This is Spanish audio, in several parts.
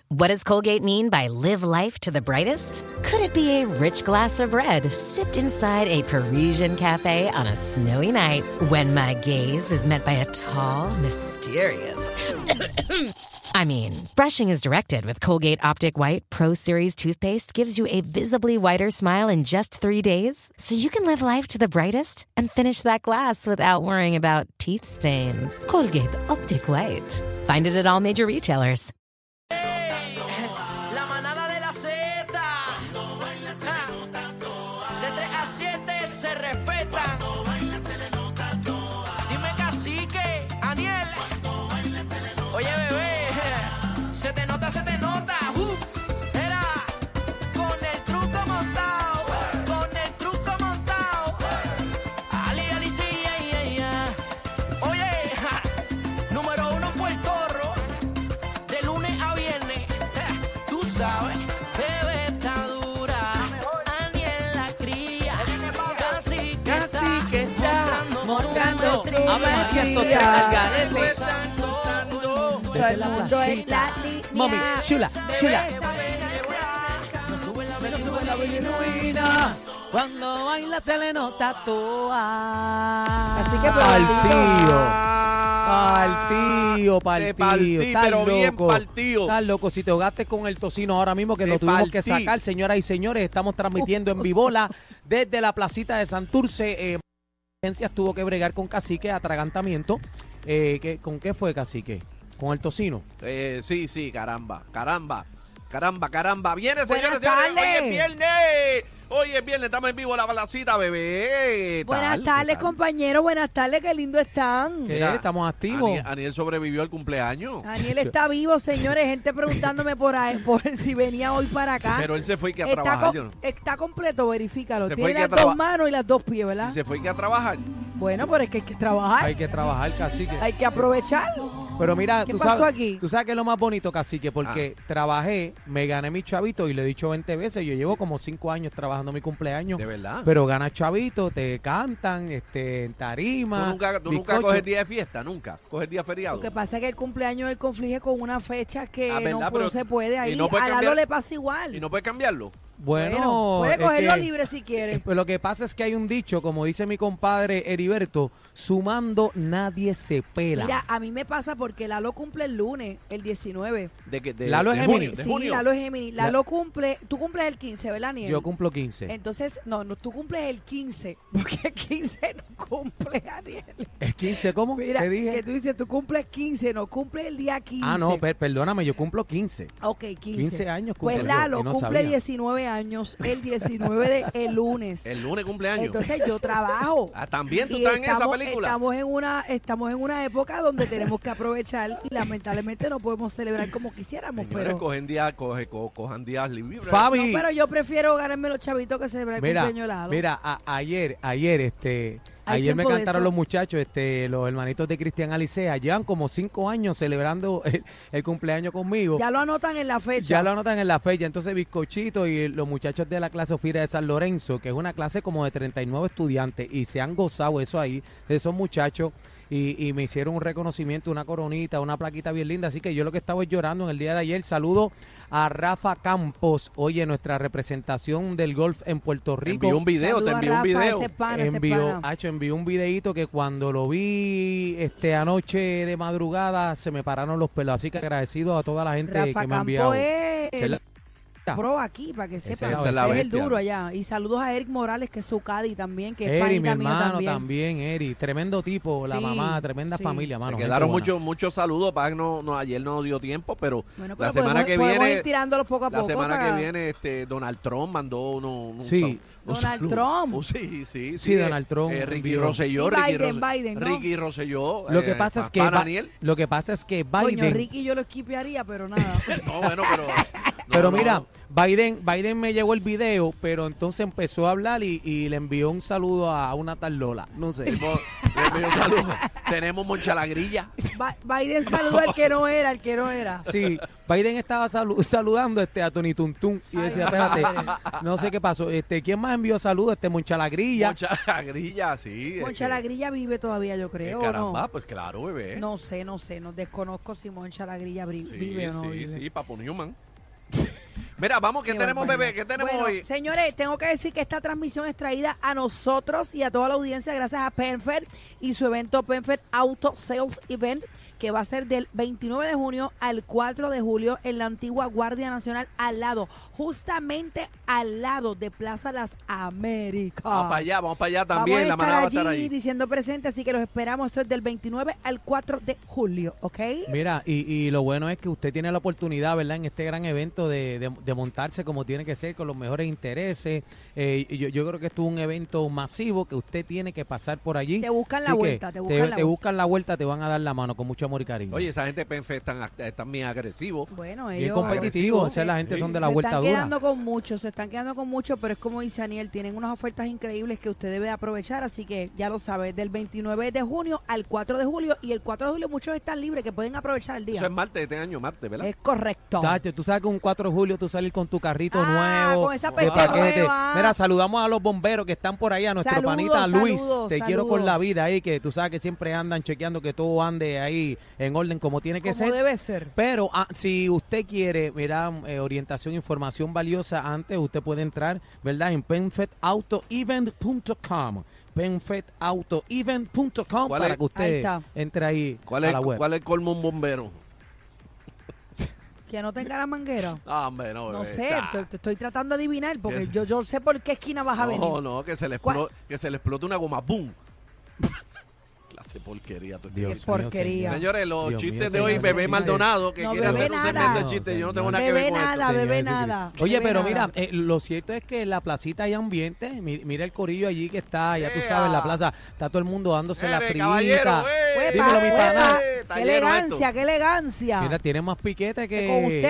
What does Colgate mean by live life to the brightest? Could it be a rich glass of red sipped inside a Parisian cafe on a snowy night when my gaze is met by a tall, mysterious... I mean, brushing is directed with Colgate Optic White Pro Series toothpaste gives you a visibly whiter smile in just 3 days, so you can live life to the brightest and finish that glass without worrying about teeth stains. Colgate Optic White. Find it at all major retailers. La manada de la Z. De 3 a 7 se respetan. Dime cacique, Aniel. Oye, bebé, se te nota, se te nota. Era con el truco montado, con el truco montado. Ali, ali, sí, Oye, número 1 Puerto Rico, de lunes a viernes. Tú sabes, bebé está dura. Aniel la cría, cacique está mostrando su Todo el mundo es la línea. Mami, chula. No sube la Genuina, cuando baila se le nota toda. Así que Partido. Estás pero loco. bien partido. Estás loco. Si te ahogaste con el tocino ahora mismo que Te lo tuvimos que partí. sacar, señoras y señores, estamos transmitiendo en Vivola desde la placita de Santurce. Tuvo que bregar con Cacique, atragantamiento. ¿Con qué fue, Cacique? ¿Con el tocino? Sí, caramba. Viene, Buenas señores. tardes. Hoy es viernes, estamos en vivo la placita, bebé. Buenas ¿Tal? tardes, ¿Qué tal? compañeros. Buenas tardes, qué lindo están. ¿Qué? Mira, Estamos activos. Aniel sobrevivió al cumpleaños. Daniel está vivo, señores. Gente preguntándome por ahí, por si venía hoy para acá. Pero él se fue que a Está, trabajar. yo no- está completo, verifícalo. Se fue Tiene que las a traba- dos manos y las dos pies, ¿verdad? Si se fue que a trabajar. Bueno, pero es que hay que trabajar. Hay que trabajar, Cacique. Hay que aprovechar. Pero mira, ¿Qué tú pasó sabes, aquí? tú sabes que es lo más bonito, Cacique, porque trabajé, me gané mi chavito y lo he dicho 20 veces. Yo llevo como 5 años trabajando mi cumpleaños. De verdad. Pero ganas chavito, te cantan, en tarima. Tú nunca bizcocho. coges día de fiesta, nunca. Coges día feriado. Lo que pasa es que el cumpleaños él conflige con una fecha que Ah, ¿verdad? no Pero- se puede. Ahí no puede a Lalo cambiar- le pasa igual. Y no puedes cambiarlo. Bueno, puede es cogerlo que- libre si quiere. Pues lo que pasa es que hay un dicho, como dice mi compadre Heriberto, sumando nadie se pela. Mira, a mí me pasa porque Lalo cumple el lunes, el 19. Lalo es de Géminis. junio, de Sí, junio. Lalo es Géminis. Lalo cumple, tú cumples el 15, ¿verdad, Aniel? Yo cumplo 15. Entonces, no, tú cumples el 15, porque el 15 no cumple, Ariel. ¿Es 15 cómo? Mira, ¿Qué dije? que tú dices, tú cumples 15, no cumples el día 15. Ah, no, perdóname, yo cumplo 15. Ok, 15. 15 años Pues cumple yo, Lalo y no cumple sabía. 19 años el 19 de el lunes. El lunes cumpleaños. Entonces yo trabajo. También tú Y estás en esa película. Estamos en una época donde tenemos que aprovechar y lamentablemente no podemos celebrar como quisiéramos, Señores, pero cojan días libres. Fabi. no, pero yo prefiero ganarme los chavitos que celebrar el Mira, cumpleaños de Lalo. mira, ayer, Hay ayer me tiempo de cantaron eso. los muchachos, los hermanitos de Cristian Alicea, llevan como 5 años celebrando el cumpleaños conmigo. Ya lo anotan en la fecha. Ya lo anotan en la fecha, entonces Bizcochito y los muchachos de la clase Ofira de San Lorenzo, que es una clase como de 39 estudiantes, y se han gozado eso ahí, de esos muchachos, y me hicieron un reconocimiento, una coronita, una plaquita bien linda, así que yo lo que estaba es llorando en el día de ayer. Saludo a Rafa Campos, oye, nuestra representación del golf en Puerto Rico. Envió un video, Saluda te a envió un Rafa, video. ese pana, ese Envió, pana. envió un videíto que cuando lo vi anoche de madrugada se me pararon los pelos, así que agradecido a toda la gente Rafa que me ha Campo enviado. es Se la- pro aquí, para que Ese sepan. es la Él es el bestia. duro allá. Y saludos a Eric Morales, que es su Cadi también, que es Eri, mi panita mío hermano también. Eri, tremendo tipo, la Sí, mamá, tremenda sí. familia, mano. Me gente quedaron buena. muchos saludos. Para ayer no dio tiempo, pero Bueno, la pero semana que podemos viene, ir tirándolos poco a la poco. semana para- que viene, Donald Trump mandó un Sí. un Donald saludo. Trump. Sí, Donald Trump Ricky envió. Rosselló, Y Biden, ¿no? Ricky Rosselló. Lo que pasa es que Daniel. lo que pasa es que Coño, Biden, Ricky yo lo esquipearía, pero nada. No, bueno, pero. pero mira, Biden me llegó el video, pero entonces empezó a hablar y le envió un saludo a una tal Lola, no sé. Le envío saludos. Tenemos Moncha la Grilla. Biden saludó al que no era, al que no era. Sí, Biden estaba saludando a Tony Tuntún y decía, espérate, no sé qué pasó. ¿Quién más envió saludos? Moncha la Grilla. Moncha la Grilla, sí. Moncha la Grilla vive todavía, yo creo, ¿o no? Caramba, pues claro, bebé. No sé, no desconozco si Moncha la Grilla vive o no vive. Sí, Papu Newman. Mira, vamos, ¿qué tenemos, bebé? ¿Qué tenemos hoy? Señores, tengo que decir que esta transmisión es traída a nosotros y a toda la audiencia gracias a PenFed y su evento PenFed Auto Sales Event, que va a ser del 29 de junio al 4 de julio en la antigua Guardia Nacional, justamente al lado de Plaza Las Américas. Vamos para allá también. La manada va a estar ahí diciendo presente, así que los esperamos. Esto es del 29 al 4 de julio, ¿ok? Mira, y lo bueno es que usted tiene la oportunidad, ¿verdad?, en este gran evento de montarse como tiene que ser, con los mejores intereses. Yo creo que esto es un evento masivo que usted tiene que pasar por allí. Te buscan la vuelta, te buscan la vuelta, te van a dar la mano con mucho amor y cariño. Oye, esa gente PenFed están bien agresivos. Bueno, bien ellos competitivos, la gente son de la vuelta dura. Se están quedando con mucho, pero es como dice Aniel, tienen unas ofertas increíbles que usted debe aprovechar, así que ya lo sabe, del 29 de junio al 4 de julio, y el 4 de julio muchos están libres, que pueden aprovechar el día. Eso es martes, este año martes, ¿verdad? Es correcto. Tacho, tú sabes que un 4 de julio tú salir con tu carrito nuevo. Con esa de peste paquete. nueva. Mira, saludamos a los bomberos que están por ahí, a nuestro panita Luis. Te quiero con la vida ahí, que tú sabes que siempre andan chequeando que todo ande ahí en orden como tiene que ser. Como debe ser. Pero si usted quiere, mira, orientación, información valiosa antes, usted puede entrar, ¿verdad?, en penfedautoevent.com. penfedautoevent.com para que usted entre ahí a la web. ¿Cuál es el colmo un bombero? Que no tenga la manguera. Hombre, no, No bebé, sé, te estoy tratando de adivinar, porque yo sé por qué esquina vas a venir. No, que se le explote una goma. ¡Bum! Clase porquería. Qué porquería. Señores, los chistes de hoy, Bebé Maldonado, que quiere hacer un segmento de chistes. Yo no tengo nada que ver con esto. Bebé nada. Oye, pero mira, lo cierto es que en la placita hay ambiente. Mira el corillo allí que está, ya tú sabes, en la plaza. Está todo el mundo dándose la frita. Dímelo, mi pana. Qué elegancia, qué elegancia. Mira, tiene más piquete que...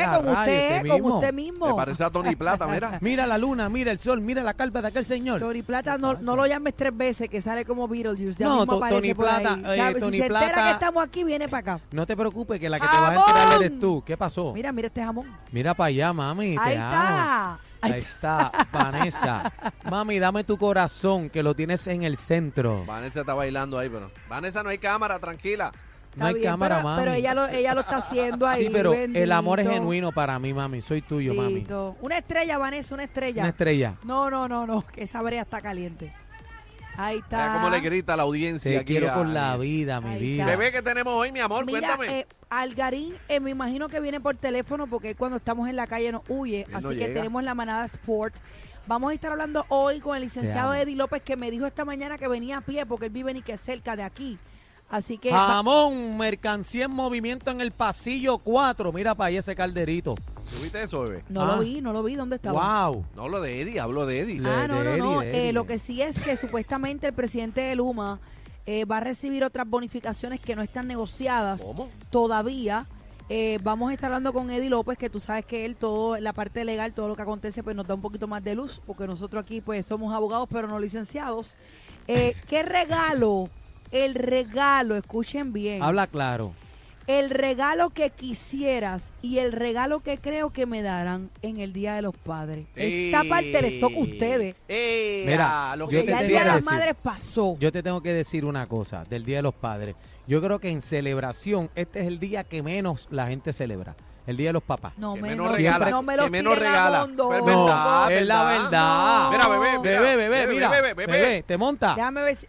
Con usted mismo. Me parece a Tony Plata, mira. Mira la luna, mira el sol, mira la calva de aquel señor. Tony Plata, no lo llames 3 veces, que sale como Beetlejuice. Ya no, mismo Tony Plata, si se entera que estamos aquí, viene para acá. No te preocupes, que la que te vas a enterar eres tú. ¿Qué pasó? Mira este jamón. Mira para allá, mami. Ahí te está. Amo. Ahí está, Vanessa. Mami, dame tu corazón, que lo tienes en el centro. Vanessa está bailando ahí, pero... Vanessa, no hay cámara, tranquila. No hay cámara, mami. Pero ella lo está haciendo ahí. Sí, pero bendito. El amor es genuino para mí, mami. Soy tuyo, mami. Una estrella, Vanessa, una estrella. Una estrella. No, que esa brea está caliente. Ahí está. Mira cómo le grita a la audiencia. Te aquí quiero con la vida, mi vida. Bebé, ¿qué tenemos hoy, mi amor? Mira, Cuéntame. Algarín, me imagino que viene por teléfono, porque cuando estamos en la calle nos huye. Él así no que llega. tenemos la manada Sport. Vamos a estar hablando hoy con el licenciado Eddie López, que me dijo esta mañana que venía a pie, porque él vive ni que cerca de aquí. Así que... Jamón, mercancía en movimiento en el pasillo 4. Mira para ahí ese calderito. ¿Tuviste eso, bebé? No lo vi. ¿Dónde estaba? Wow. No, lo de Eddie, hablo de Eddie. No. Lo que sí es que supuestamente el presidente de Luma va a recibir otras bonificaciones que no están negociadas. ¿Cómo? Todavía. Vamos a estar hablando con Eddie López, que tú sabes que él, todo, la parte legal, todo lo que acontece, pues nos da un poquito más de luz, porque nosotros aquí pues somos abogados, pero no licenciados. ¿Qué regalo? El regalo, escuchen bien. Habla claro. El regalo que quisieras y el regalo que creo que me darán en el Día de los Padres. Esta parte les toca a ustedes. Mira, lo que que ya el Día de las Madres pasó. Yo te tengo que decir una cosa del Día de los Padres. Yo creo que en celebración, este es el día que menos la gente celebra. El Día de los Papás. No que me menos lo regala, no me lo que menos tire la regala. mondo. Pero es verdad, es la verdad. No. Mira, bebé, mira. Bebé, te monta. Déjame ver si...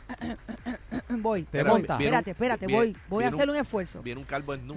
voy. Te monta. Espérate, voy a hacer un esfuerzo. Viene un calvo en nu.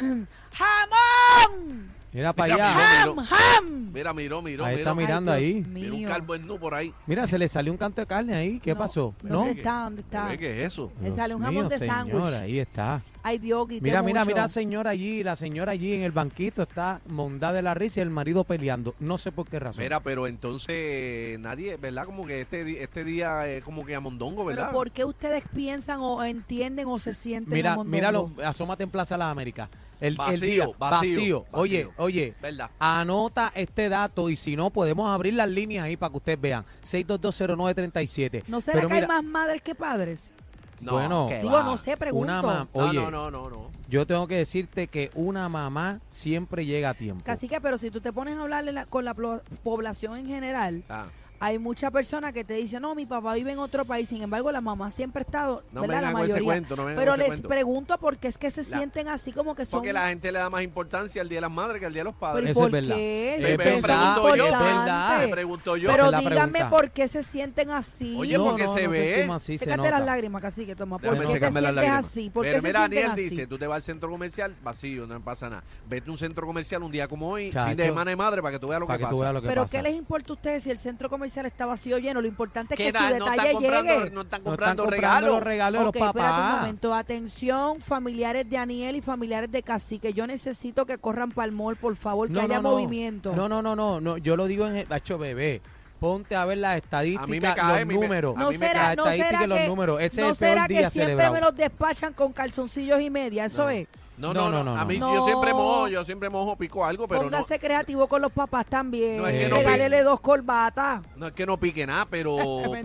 ¡Jamón! Mira para Mira, allá. ¡Ham! Mira, miró. Ahí está mirando Ay, ahí. Dios Viene un mío. calvo en nu por ahí. Mira, se le salió un canto de carne ahí. ¿Qué pasó? ¿No? ¿Dónde está? Bebé, ¿qué es eso? Le Dios sale un mío, jamón de señora, sándwich. ahí está. Ay, Dios, grité Mira, mucho. la señora allí en el banquito está mondada de la risa y el marido peleando. No sé por qué razón. Mira, pero entonces nadie, ¿verdad? Como que este día es como que a mondongo, ¿verdad? Pero ¿por qué ustedes piensan o entienden o se sienten amondongo? Míralo, asómate en Plaza Las Américas. El día, Vacío. Oye, ¿Verdad? anota este dato y si no, podemos abrir las líneas ahí para que ustedes vean. 6220937. ¿No será que hay más madres que padres? No, Bueno, que Digo, va. no sé, pregunto. Oye, No. yo tengo que decirte que una mamá siempre llega a tiempo. Cacique, pero si tú te pones a hablarle con la población en general, Ah, hay muchas personas que te dicen, no, mi papá vive en otro país, sin embargo, la mamá siempre ha estado, no me ¿verdad? La vengan con ese mayoría. cuento, no me vengan Pero con ese les cuento. pregunto por qué es que se sienten así como que son... Porque la gente le da más importancia al Día de las Madres que al Día de los ¿Pero Padres. y Eso por es verdad. qué? Es Si verdad, eso pregunto yo, es verdad. importante. Me pregunto yo. Pero Esa es la díganme pregunta. por qué se sienten así. Oye, porque se ve. sentimos así, se Sécate las nota. lágrimas, Cacique, toma. ¿Por Déjame qué te secarme las sientes lágrimas. así? ¿Por qué Pero se mira, sienten Daniel así? dice, tú te vas al centro comercial, vacío, no pasa nada. Vete a un centro comercial un día como hoy, Chacho. fin de semana de madre, para que tú veas lo Para que que tú pasa. veas lo que ¿Pero pasa. qué les importa a ustedes si el centro comercial está vacío o lleno? Lo importante es que su no detalle están comprando, llegue. no están No comprando están comprando regalos. los regalos Ok, de los espérate un papás. momento. Atención, familiares de Aniel y familiares de Cacique. Yo necesito que corran para el mall, por favor, que haya movimiento. No, yo lo digo en el hacho bebé. Ponte a ver las estadísticas, A mí me cae, los números. No a mí me será, cae. no Las será estadísticas y los que, números. Ese no es el peor será que día siempre celebrado. me los despachan con calzoncillos y media. Eso es. No. No. A mí No. yo siempre mojo, pico algo, pero Póngase creativo con los papás también. No, es que no Regálele 2 corbatas. no es que no pique nada, pero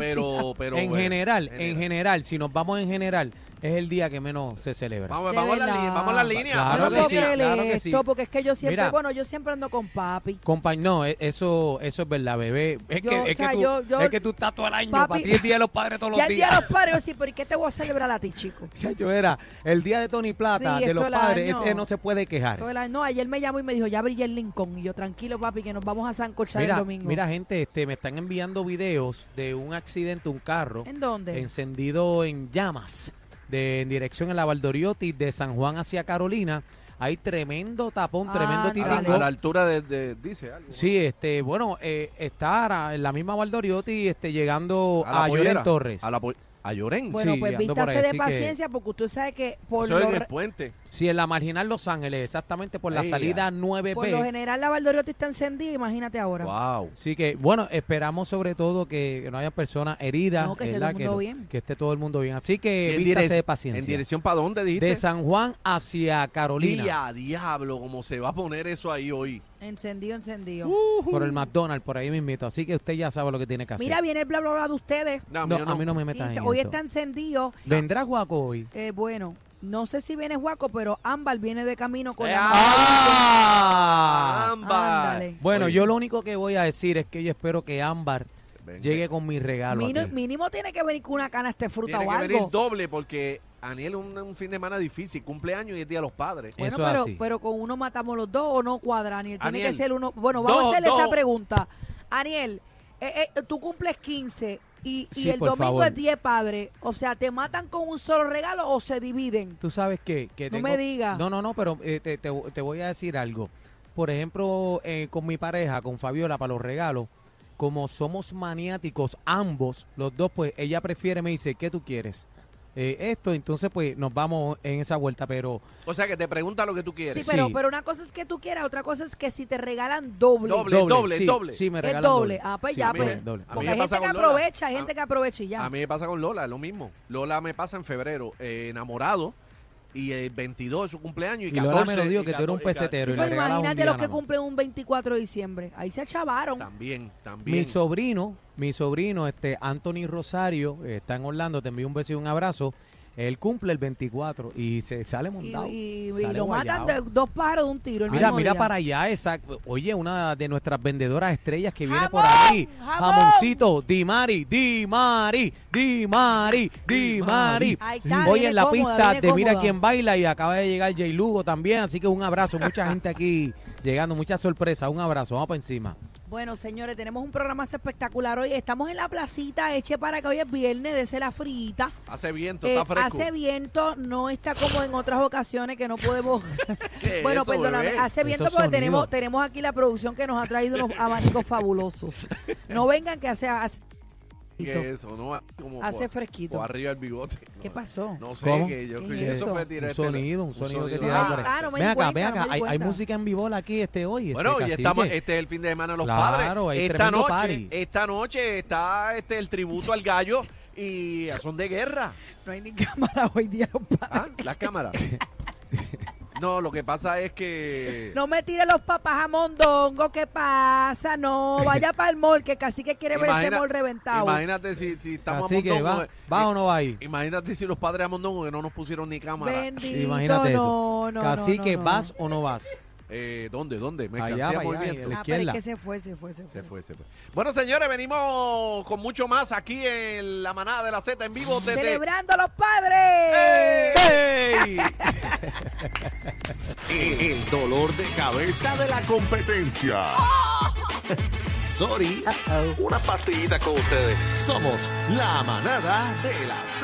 En bueno, general, si nos vamos en general, es el día que menos se celebra. Vamos De a la verdad. línea, vamos a la línea. Claro Yo no que puedo sí, creer claro que esto, sí. porque es que yo siempre, Mira. bueno, yo siempre ando con papi. No, eso es verdad, bebé. Es Yo, que, o es sea, que tú, yo- es que tú estás todo el año, Papi, para ti es el día de los padres todos Ya los el día días. de los padres, sí, pero ¿y qué te voy a celebrar a ti, chico? Chacho, era el día de Tony Plata, Sí, de es los todo el padres, año. ese no se puede quejar. No, ayer me llamó y me dijo, ya brillé el Lincoln. Y yo, tranquilo, papi, que nos vamos a sancochar el domingo. Mira, gente, me están enviando videos de un accidente, un carro ¿En dónde? encendido en llamas en dirección a la Valdoriotti de San Juan hacia Carolina. Hay tremendo tapón, tremendo Ándale. titingo. A la altura dice algo. Sí, bueno, está ahora en la misma Valdoriotti, llegando A la a Lloren pollera. Torres. A Lloren. Bueno, sí, pues ando por ahí, vístase de así que- paciencia porque usted sabe que por Eso es lo, en el puente. Sí, en la Marginal Los Ángeles, exactamente por la Ey, salida por lo 9B. general la Valdoriotti está encendida, imagínate ahora. Wow. Así que, bueno, esperamos sobre todo que no haya personas heridas, No, que esté ¿verdad? todo el mundo bien. Que esté todo el mundo bien. Así que ¿En vístase de ¿En paciencia. dirección para dónde dijiste? De San Juan hacia Carolina, Día, diablo, cómo se va a poner eso ahí hoy. Encendido. por el McDonald's, por ahí mismito. Así que usted ya sabe lo que tiene que hacer. Mira, viene el bla bla bla de ustedes. No, no, mío a mí no me metas Sí, en hoy eso. está encendido. ¿Vendrá Guaco hoy? Bueno, no sé si viene Juaco, pero Ámbar viene de camino con la ¡Ah! ¡Ámbar! Ándale. Bueno, Oye, yo lo único que voy a decir es que yo espero que Ámbar ven, llegue ven. con mi regalo. aquí. Mínimo tiene que venir con una canasta de fruta Tiene o que venir algo. doble porque Aniel es un fin de semana difícil, cumpleaños y es Día de los Padres. Bueno, Eso es pero, así. pero con uno matamos los dos o no cuadra, Aniel. Tiene Aniel, que ser uno. Bueno, vamos a dos, hacerle esa dos. pregunta. Aniel, tú cumples 15 y Sí, el por domingo favor. es 10 padres. O sea, ¿te matan con un solo regalo o se dividen? Tú sabes que No me digas. No, pero te voy a decir algo. Por ejemplo, con mi pareja, con Fabiola, para los regalos, como somos maniáticos ambos, los dos, pues ella prefiere, me dice, ¿qué tú quieres? Esto, entonces pues nos vamos en esa vuelta, pero O sea que te pregunta lo que tú Sí, quieres. Sí. pero una cosa es que tú quieras, otra cosa es que si te regalan doble. Doble. doble. Sí, me Es regalan doble. Ah, pues Sí, ya, me pues. regalan doble. A mí Porque me hay pasa gente que con Lola. aprovecha, hay gente que aprovecha y ya. A mí me pasa con Lola, es lo mismo. Lola me pasa en febrero, enamorado, y el 22 es su cumpleaños, y Y Lola 14. me lo dijo y que tú eres un 14, pesetero y Pero le regalas un imagínate día los que nada más. cumplen un 24 de diciembre. Ahí se achavaron. También. Mi sobrino, Anthony Rosario, está en Orlando, te envío un beso y un abrazo. Él cumple el 24 y se sale montado. Y sale lo matan guayao. de dos pájaros de un tiro. el Mira, mismo mira día. para allá, oye, una de nuestras vendedoras estrellas que viene por ¡Jamón! ahí. ¡Jamón! Jamoncito, Di Mari. Ahí está, Hoy viene en la cómoda, pista viene de Mira cómoda. quién baila y acaba de llegar Jay Lugo también, así que un abrazo, mucha gente aquí llegando, mucha sorpresa, un abrazo, vamos para encima. Bueno, señores, tenemos un programa espectacular hoy. Estamos en la placita, eche para que hoy es viernes, dese la frita. Hace viento, está fresco. Hace viento, no está como en otras ocasiones que no podemos. ¿Qué es Bueno, eso, perdóname, bebé? hace viento Esos porque sonidos. tenemos aquí la producción que nos ha traído unos abanicos fabulosos. No vengan que hace ¿Qué es eso? ¿No? Como hace por- fresquito. por arriba el bigote. ¿Qué pasó? No sé, ¿Cómo? que yo ¿Qué que es eso eso? fue Un tirar sonido que Ah, tiene por ahí. no me Ven di acá, cuenta, ven no me acá, di hay cuenta. música en vivo aquí hoy. Bueno, y cacique. estamos, este es el fin de semana de los Claro, padres. hay Esta tremendo noche, party. esta noche está el tributo al gallo y son de guerra. No hay ni cámara hoy día, los padres. ¿Ah? Las cámaras. No, lo que pasa es que... No me tire los papás a mondongo, ¿qué pasa? No, vaya para el mall, que casi que quiere ver ese mall reventado. Imagínate si estamos Así a que mondongo. ¿va o no va ahí? Imagínate si los padres a mondongo que no nos pusieron ni cámara. Bendito, Imagínate eso. no, Cacique, no. ¿vas o no vas? ¿Dónde? Me Allá, cansé de allá, movimiento. en la Ah, pero es izquierda. que se fue. Se fue. Bueno, señores, venimos con mucho más aquí en La Manada de la Z en vivo desde... ¡Celebrando a los padres! ¡Ey! El dolor de cabeza de la competencia. Sorry. Una partidita con ustedes. Somos La Manada de la Z.